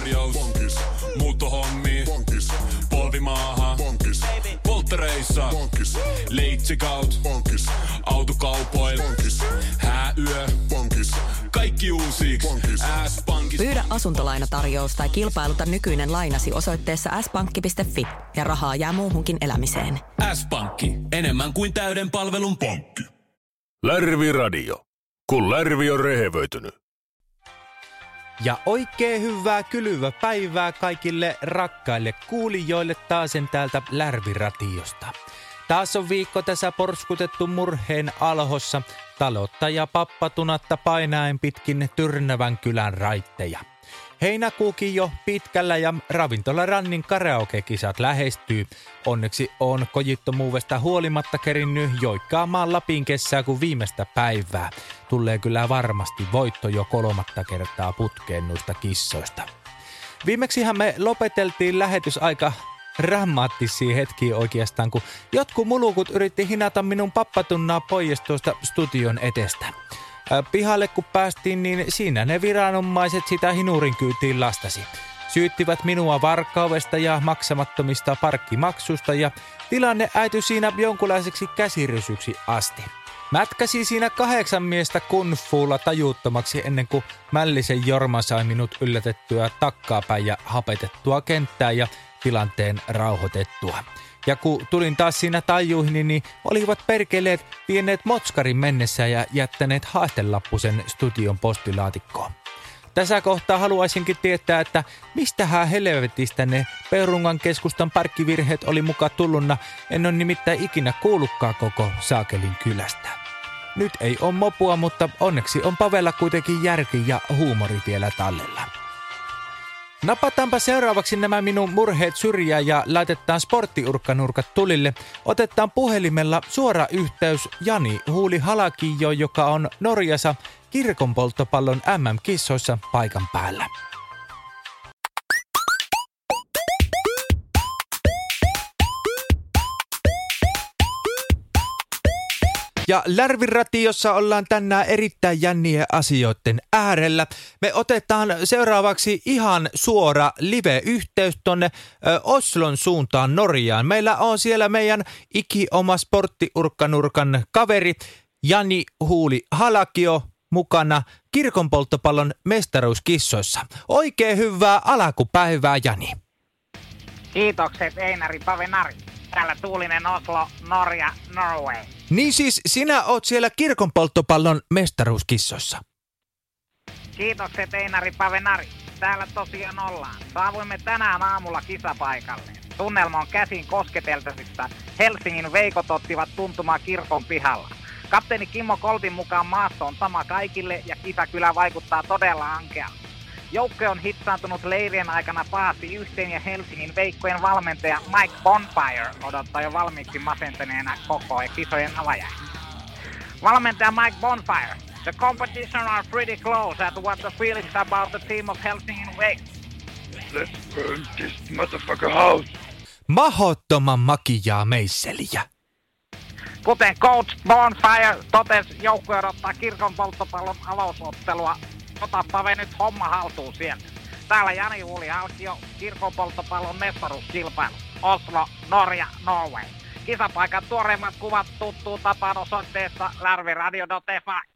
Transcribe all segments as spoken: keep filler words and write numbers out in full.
tarjous. Bonkis. Muuttohommi. Bonkis. Polvimaaha. Bonkis. Polttereissa. Bonkis. Leitsikaut. Bonkis. Autokaupoil. Bonkis. Hääyö. Bonkis. Kaikki uusiiksi. S-pankki. Pyydä asuntolainatarjous tai kilpailuta nykyinen lainasi osoitteessa s pankki piste fi ja rahaa jää muuhunkin elämiseen. S-pankki. Enemmän kuin täyden palvelun pankki. Lärvi-radio. Kun lärvi on rehevöitynyt. Ja oikein hyvää kylyvä päivää kaikille rakkaille kuulijoille taasen täältä Lärvi-radiosta. Taas on viikko tässä porskutettu murheen alhossa, taloutta ja pappatunatta painaen pitkin Tyrnävän kylän raitteja. Heinäkuukin jo pitkällä ja ravintolarannin karaoke-kisat lähestyy. Onneksi on kojittomuudesta huolimatta kerinnyt joikkaamaan Lapin kesää kuin viimeistä päivää. Tulee kyllä varmasti voitto jo kolmatta kertaa putkeen noista kissoista. Viimeksihän me lopeteltiin lähetys aika dramaattisia hetkiä oikeastaan, kun jotkut mulukut yritti hinata minun pappatunnaa pois tuosta studion etestä. Pihalle kun päästiin, niin siinä ne viranomaiset sitä hinurin kyytiin lastasi. Syyttivät minua varkaudesta ja maksamattomista parkkimaksusta ja tilanne äityi siinä jonkunlaiseksi käsirysyksi asti. Mätkäsi siinä kahdeksan miestä kunfuulla tajuttomaksi ennen kuin Mällisen Jorma sai minut yllätettyä takkaapäin ja hapetettua kenttää ja tilanteen rauhoitettua. Ja kun tulin taas siinä tajuihin, niin olivat perkeleet vieneet motskarin mennessä ja jättäneet haastelappusen studion postilaatikkoon. Tässä kohtaa haluaisinkin tietää, että mistähän helvetistä ne Peurungan keskustan parkkivirheet oli mukaan tullunna. En ole nimittäin ikinä kuullutkaan koko Saakelin kylästä. Nyt ei ole mopua, mutta onneksi on Pavella kuitenkin järki ja huumori vielä tallella. Napataanpa seuraavaksi nämä minun murheet syrjään ja laitetaan sporttiurkkanurkat tulille. Otetaan puhelimella suora yhteys Jani Huuli Halakijo, joka on Norjassa kirkonpolttopallon M M-kissoissa paikan päällä. Ja Lärvi-radiossa ollaan tänään erittäin jännien asioiden äärellä. Me otetaan seuraavaksi ihan suora live-yhteys tonne ö, Oslon suuntaan Norjaan. Meillä on siellä meidän ikioma sporttiurkkanurkan kaveri Jani Huuli Halakio mukana kirkonpolttopallon mestaruuskissoissa. Oikein hyvää alkupäivää, Jani. Kiitokset Einari Pavenari. Täällä tuulinen Oslo, Norja, Norway. Niin siis sinä oot siellä kirkonpolttopallon mestaruuskissoissa. Kiitokset Einari Pavenari. Täällä tosiaan ollaan. Saavuimme tänään aamulla kisapaikalle. Tunnelma on käsin kosketeltavissa. Helsingin veikot ottivat tuntumaa kirkon pihalla. Kapteeni Kimmo Koltin mukaan maasto on sama kaikille ja kisa kyllä vaikuttaa todella ankealta. Joukko on hitsaantunut leirien aikana pahasti yhteen ja Helsingin veikkojen valmentaja Mike Bonfire odottaa jo valmiiksi masentuneena koko kisojen avajaisia. Valmentaja Mike Bonfire, the competition are pretty close at what the feelings about the team of Helsingin Wake. Let's burn this motherfucker house. Mahottoman makiaa meisseliä. Kuten coach Bonfire totesi, joukko odottaa kirkonpolttopallon avausottelua. Otappa ve nyt homma haltuun sieltä. Täällä Jani Huuli Halkio, kirkonpolttopallon mestaruuskilpailu. Oslo, Norja, Norway. Kisapaikan tuoreimmat kuvat tuttuu tapaan osoitteessa lärviradio piste fi.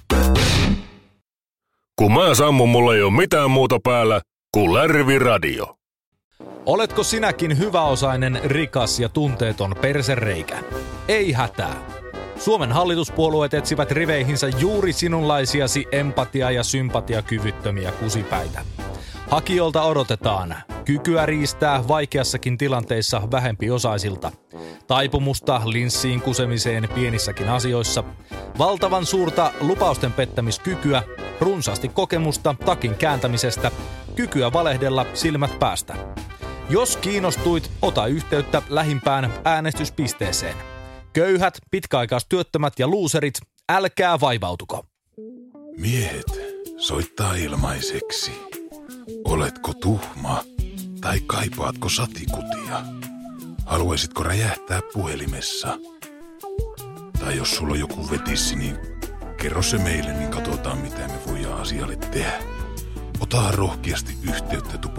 Kun mä sammun, mulla ei ole mitään muuta päällä kuin Lärvi-radio. Oletko sinäkin hyväosainen, rikas ja tunteeton persereikä? Ei hätää. Suomen hallituspuolueet etsivät riveihinsä juuri sinunlaisiasi empatia- ja sympatiakyvyttömiä kusipäitä. Hakijoilta odotetaan kykyä riistää vaikeassakin tilanteissa vähempiosaisilta, taipumusta linssiin kusemiseen pienissäkin asioissa, valtavan suurta lupausten pettämiskykyä, runsaasti kokemusta takin kääntämisestä, kykyä valehdella silmät päästä. Jos kiinnostuit, ota yhteyttä lähimpään äänestyspisteeseen. Köyhät, pitkäaikaistyöttömät ja luuserit, älkää vaivautuko. Miehet soittaa ilmaiseksi. Oletko tuhma tai kaipaatko satikutia? Haluaisitko räjähtää puhelimessa? Tai jos sulla on joku vetissi, niin kerro se meille, niin katsotaan mitä me voidaan asialle tehdä. Ota rohkeasti yhteyttä Tupo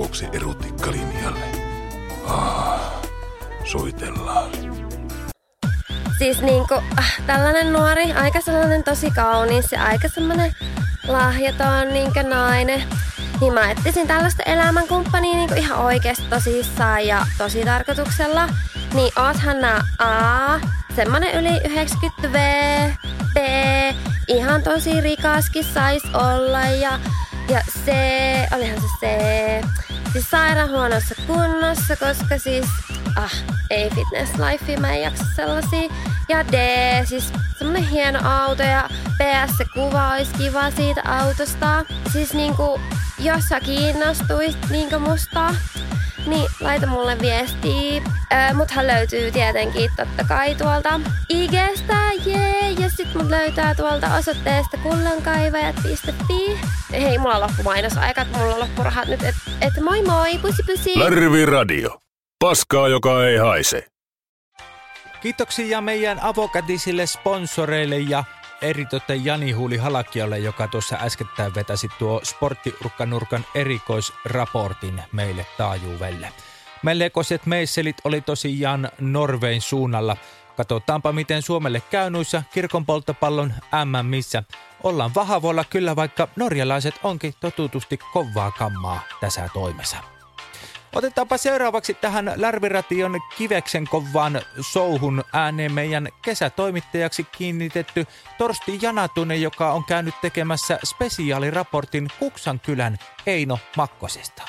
aluksi erotiikkalinjalle. Ah, soitellaan. Siis niinku äh, tällainen nuori, aika sellainen tosi kaunis ja aika semmoinen lahjaton niinku nainen. Niin mä etsisin tällaista elämänkumppania niinku ihan oikeasti tosissaan ja tosi tarkoituksella. Niin oothan nää A, semmonen yli yhdeksänkymmentä vuotias, B, ihan tosi rikaskin sais olla ja, ja C, olihan se C, siis sairaan huonossa kunnossa, koska siis, ah, ei fitness life, mä en jaksa sellaisia. Ja D, siis semmonen hieno auto ja P S se kuva olisi kiva siitä autosta. Siis niinku, jos sä kiinnostuit niinku musta, niin laita mulle viestiä. Öö, muthan löytyy tietenkin totta kai tuolta I G:stä, jee. Ja sit mut löytää tuolta osoitteesta kullankaivajat piste fi. Hei, mulla on loppu mainosaika, että mulla on loppurahat nyt. Et, et moi moi, pusi pusi. Lärvi Radio. Paskaa, joka ei haise. Kiitoksia meidän avokätisille sponsoreille ja eritoten Jani Huuli Halakiolle, joka tuossa äskettäin vetäsi tuo Sporttiurkkanurkan erikoisraportin meille taajuudelle. Melkoiset meisselit oli tosiaan Norvein suunnalla. Katsotaanpa, miten Suomelle käy noissa kirkonpolttopallon M M:issä. Ollaan vahavoilla kyllä, vaikka norjalaiset onkin totutusti kovaa kammaa tässä toimessa. Otetaanpa seuraavaksi tähän Lärviration kiveksen kovaan souhun ääneen meidän kesätoimittajaksi kiinnitetty Torsti Janatunen, joka on käynyt tekemässä spesiaaliraportin Kuksankylän Eino Makkosesta.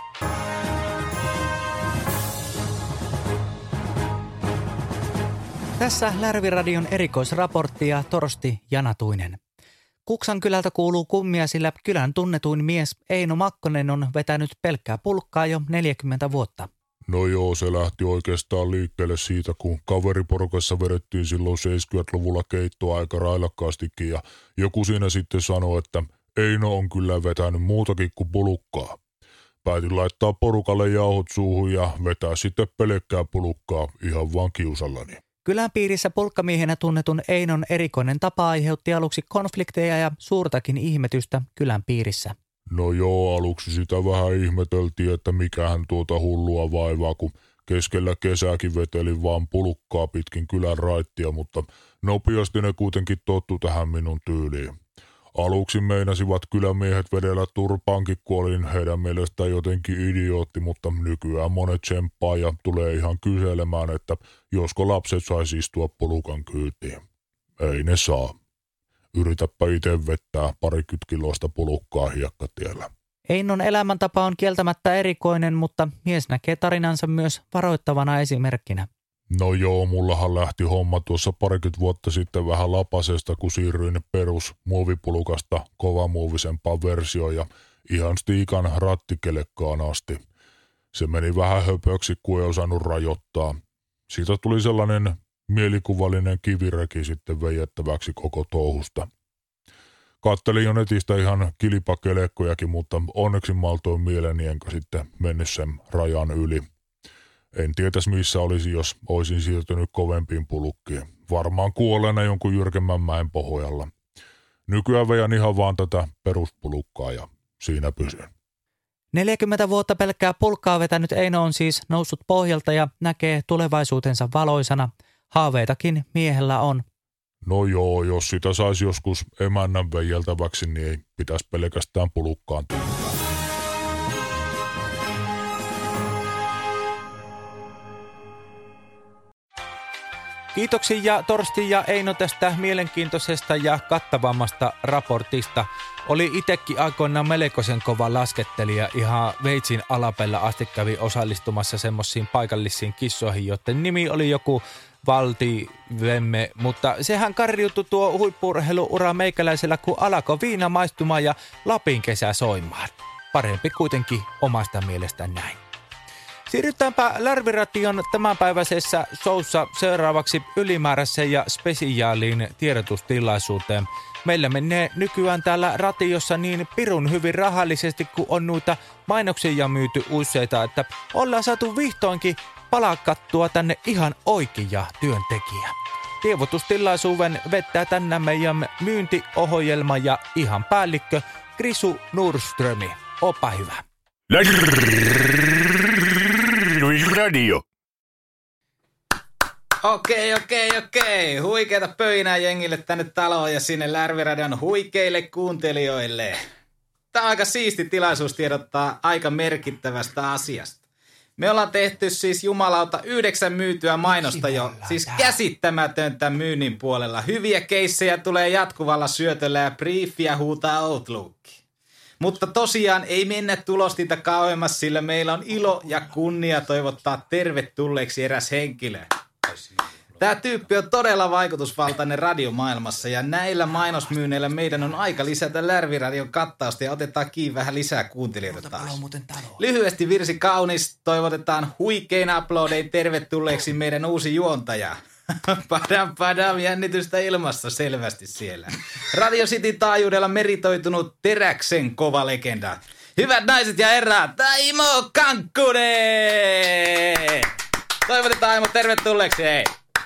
Tässä Lärviradion erikoisraporttia Torsti Janatuinen. Kuksankylältä kuuluu kummia, sillä kylän tunnetuin mies Eino Makkonen on vetänyt pelkkää pulkkaa jo neljäkymmentä vuotta. No joo, se lähti oikeastaan liikkeelle siitä, kun kaveriporukassa vedettiin silloin seitsemänkymmentäluvulla keittoa aika railakkaastikin ja joku siinä sitten sanoi, että Eino on kyllä vetänyt muutakin kuin pulkkaa. Päätin laittaa porukalle jauhot suuhun ja vetää sitten pelkkää pulkkaa ihan vaan kiusallani. Kylän piirissä pulkkamiehenä tunnetun Einon erikoinen tapa aiheutti aluksi konflikteja ja suurtakin ihmetystä kylän piirissä. No joo, aluksi sitä vähän ihmeteltiin, että mikähän tuota hullua vaivaa, kun keskellä kesääkin vetelin vaan pulkkaa pitkin kylän raittia, mutta nopeasti ne kuitenkin tottu tähän minun tyyliin. Aluksi meinasivat kylämiehet vedellä turpaankin, kun olin heidän mielestään jotenkin idiootti, mutta nykyään monet tsemppaa ja tulee ihan kyselemään, että josko lapset saisi istua pulukan kyytiin. Ei ne saa. Yritäpä itse vettää parikymmentä kiloista pulukkaa hiekkatiellä. Einon elämäntapa on kieltämättä erikoinen, mutta mies näkee tarinansa myös varoittavana esimerkkinä. No joo, mullahan lähti homma tuossa parikymmentä vuotta sitten vähän lapasesta, kun siirryin perus muovipulukasta kovamuovisempaan versioon ja ihan stiikan rattikelekkaan asti. Se meni vähän höpöksi, kun ei osannut rajoittaa. Siitä tuli sellainen mielikuvallinen kivireki sitten vejettäväksi koko touhusta. Kattelin jo netistä ihan kilpakelekkojakin, mutta onneksi maltoin mieleni enkä sitten mennyt sen rajan yli. En tietäisi missä olisi, jos olisin siirtynyt kovempiin pulukkiin. Varmaan kuolleena jonkun jyrkemmän mäen pohjalla. Nykyään vejan ihan vaan tätä peruspulukkaa ja siinä pysyn. neljäkymmentä vuotta pelkkää pulkkaa vetänyt Eino on siis noussut pohjalta ja näkee tulevaisuutensa valoisana. Haaveitakin miehellä on. No joo, jos sitä saisi joskus emännän veijeltäväksi, niin ei pitäisi pelkästään pulukkaan tyyppää. Kiitoksia Torsti ja Eino tästä mielenkiintoisesta ja kattavammasta raportista. Oli itsekin aikoinaan melkoisen kova laskettelija, ihan veitsin alapella asti kävi osallistumassa semmoisiin paikallisiin kissoihin, joten nimi oli joku Valti Vemme, mutta sehän karriutui tuo huippu-urheilu-ura meikäläisellä, kun alkoi viina maistumaan ja Lapin kesä soimaan. Parempi kuitenkin omasta mielestä näin. Siirrytäänpä Lärviration tämänpäiväisessä showssa seuraavaksi ylimääräiseen ja spesiaaliin tiedotustilaisuuteen. Meillä menee nykyään täällä ratiossa niin pirun hyvin rahallisesti, kun on noita mainoksia myyty useita, että ollaan saatu vihtoinkin palakattua tänne ihan oikea työntekijä. Tiedotustilaisuuden vettää tänne meidän myyntiohjelma ja ihan päällikkö Krisu Nordströmi. Opa hyvä. Lärviradio. Okei, okei, okei. Huikeeta pöinää jengille tänne taloon ja sinne Lärviradion huikeille kuuntelijoille. Tämä on aika siisti tilaisuus tiedottaa aika merkittävästä asiasta. Me ollaan tehty siis jumalauta yhdeksän myytyä mainosta jo, siis käsittämätöntä myynnin puolella. Hyviä keissejä tulee jatkuvalla syötöllä ja briefiä huutaa Outlook. Mutta tosiaan ei mennä tulostinta kauemmas, sillä meillä on ilo ja kunnia toivottaa tervetulleeksi eräs henkilö. Tämä tyyppi on todella vaikutusvaltainen radiomaailmassa ja näillä mainosmyynneillä meidän on aika lisätä Lärviradion kattausta ja otetaan kiinni vähän lisää kuuntelijoita taas. Lyhyesti virsi kaunis, toivotetaan huikein uploadein tervetulleeksi meidän uusi juontaja. Padam padam, jännitystä ilmassa selvästi siellä. Radio Cityn taajuudella meritoitunut teräksen kova legenda. Hyvät naiset ja herrat, Aimo Kankkunen! Toivotetaan Aimo tervetulleeksi, hei!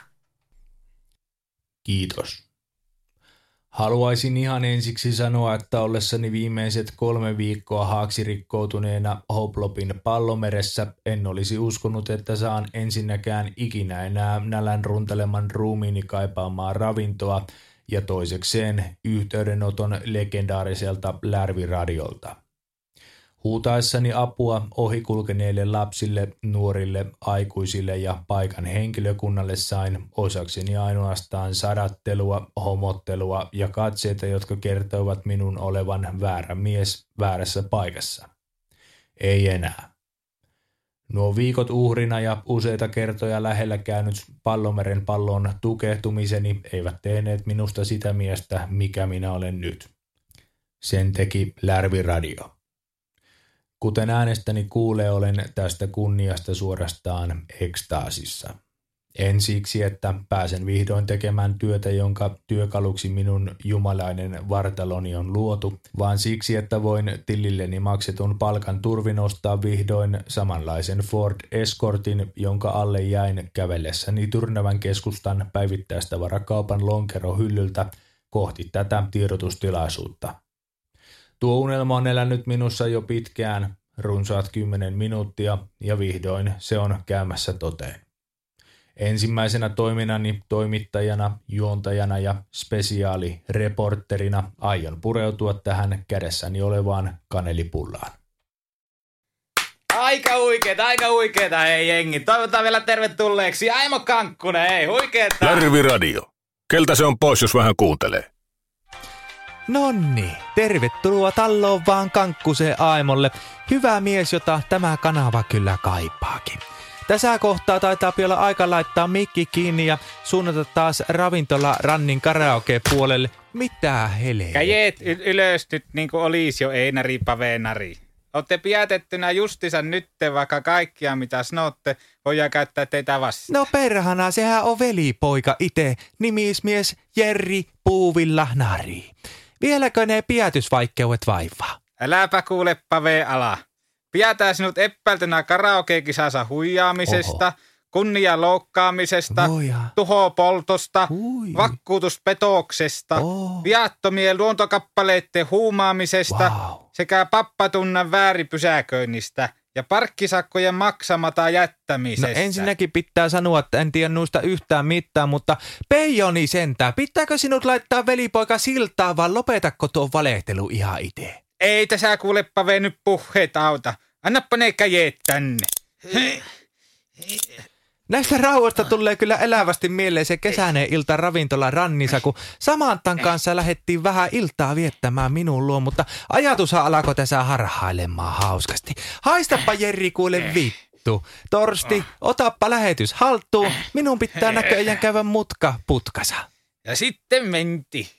Kiitos. Haluaisin ihan ensiksi sanoa, että ollessani viimeiset kolme viikkoa haaksirikkoutuneena Hoplopin pallomeressä en olisi uskonut, että saan ensinnäkään ikinä enää nälän runteleman ruumiini kaipaamaa ravintoa ja toisekseen yhteydenoton legendaariselta Lärviradiolta. Huutaessani apua ohikulkeneille lapsille, nuorille, aikuisille ja paikan henkilökunnalle sain osakseni ainoastaan sadattelua, homottelua ja katseita, jotka kertoivat minun olevan väärä mies väärässä paikassa. Ei enää. Nuo viikot uhrina ja useita kertoja lähellä käynyt Pallomeren pallon tukehtumiseni eivät tehneet minusta sitä miestä, mikä minä olen nyt. Sen teki Lärviradio. Kuten äänestäni kuulee, olen tästä kunniasta suorastaan ekstaasissa. En siksi, että pääsen vihdoin tekemään työtä, jonka työkaluksi minun jumalainen vartaloni on luotu, vaan siksi, että voin tililleni maksetun palkan turvin ostaa vihdoin samanlaisen Ford Escortin, jonka alle jäin kävellessäni Tyrnävän keskustan päivittäistavarakaupan lonkerohyllyltä kohti tätä tiedotustilaisuutta. Tuo unelma on elänyt minussa jo pitkään, runsaat kymmenen minuuttia, ja vihdoin se on käymässä toteen. Ensimmäisenä toiminnani toimittajana, juontajana ja spesiaalireporterina aion pureutua tähän kädessäni olevaan kanelipullaan. Aika huikeeta, aika huikeeta, hei jengi. Toivotaan vielä tervetulleeksi Aimo Kankkunen, hei huikeeta. Lärviradio. Keltä se on pois, jos vähän kuuntelee? Nonni, tervetuloa talloon vaan Kankkuseen Aimolle. Hyvä mies, jota tämä kanava kyllä kaipaakin. Tässä kohtaa taitaa olla aika laittaa mikki kiinni ja suunnata taas ravintola Rannin karaoke-puolelle. Mitä hele? Käjet y- ylös nyt niin kuin olisi jo Einari Pavenari. Olette pidätettynä justiinsa nytte, vaikka kaikkia mitä sanotte, voidaan käyttää teitä vastaan. No perhana, sehän on velipoika ite, nimismies Jerry Puuvilla Nari. Vieläkö ne pidätysvaikkeudet vaivaa? Äläpä kuule Pave ala. Pidätään sinut epäiltynä karaoke-kisassa huijaamisesta, Oho. kunnian loukkaamisesta, tuhopoltosta, Ui. vakuutuspetoksesta, oh. viattomien luontokappaleiden huumaamisesta wow. sekä pappatunnan vääripysäköinnistä ja parkkisakkojen maksamata jättämisestä. No ensinnäkin pitää sanoa, että en tiedä noista yhtään mitään, mutta Peijoni sentään, pitääkö sinut laittaa velipoika siltaan vai lopetakko tuon valehtelu ihan itse? Ei tässä kuule Pave nyt puheet auta. Annappa ne käjet tänne. Hei. Näistä rauhoista tulee kyllä elävästi mieleen se kesäinen ilta ravintola Rannissa, kun Samantan kanssa lähdettiin vähän iltaa viettämään minun luo, mutta ajatushan alkoi tässä harhailemaan hauskasti. Haistapa Jerri kuule vittu. Torsti, otappa lähetys haltuun. Minun pitää näköjään käydä mutka putkasa. Ja sitten menti.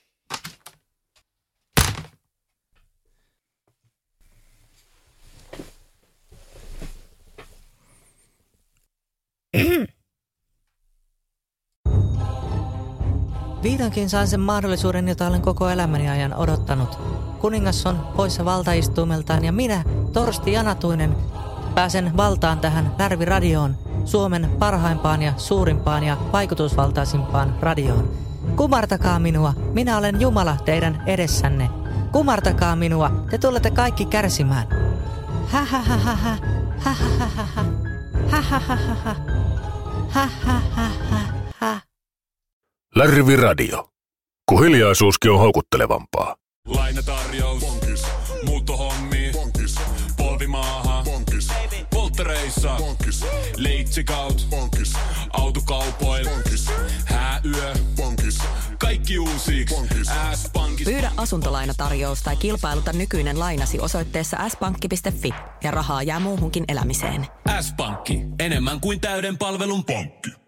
Vihdoinkin sain sen mahdollisuuden, jota olen koko elämäni ajan odottanut. Kuningas on poissa valtaistuimeltaan ja minä, Torsti Janatuinen, pääsen valtaan tähän Lärviradioon, Suomen parhaimpaan ja suurimpaan ja vaikutusvaltaisimpaan radioon. Kumartakaa minua, minä olen Jumala teidän edessänne. Kumartakaa minua, te tulette kaikki kärsimään. Ha ha ha ha ha. Ha ha ha ha ha. Ha ha ha ha ha. Ha ha ha ha ha. Lärvi Radio. Kun hiljaisuuskin on houkuttelevampaa. Lainatarjous. Bonkis. Muuttohommi. Bonkis. Polvimaaha. Bonkis. Polttereissa. Bonkis. Leitsikaut. Bonkis. Autokaupoil. Bonkis. Hääyö. Bonkis. Kaikki uusiiksi. S-pankki. Pyydä asuntolainatarjous tai kilpailuta nykyinen lainasi osoitteessa s pankki piste fi ja rahaa jää muuhunkin elämiseen. S-pankki. Enemmän kuin täyden palvelun pankki.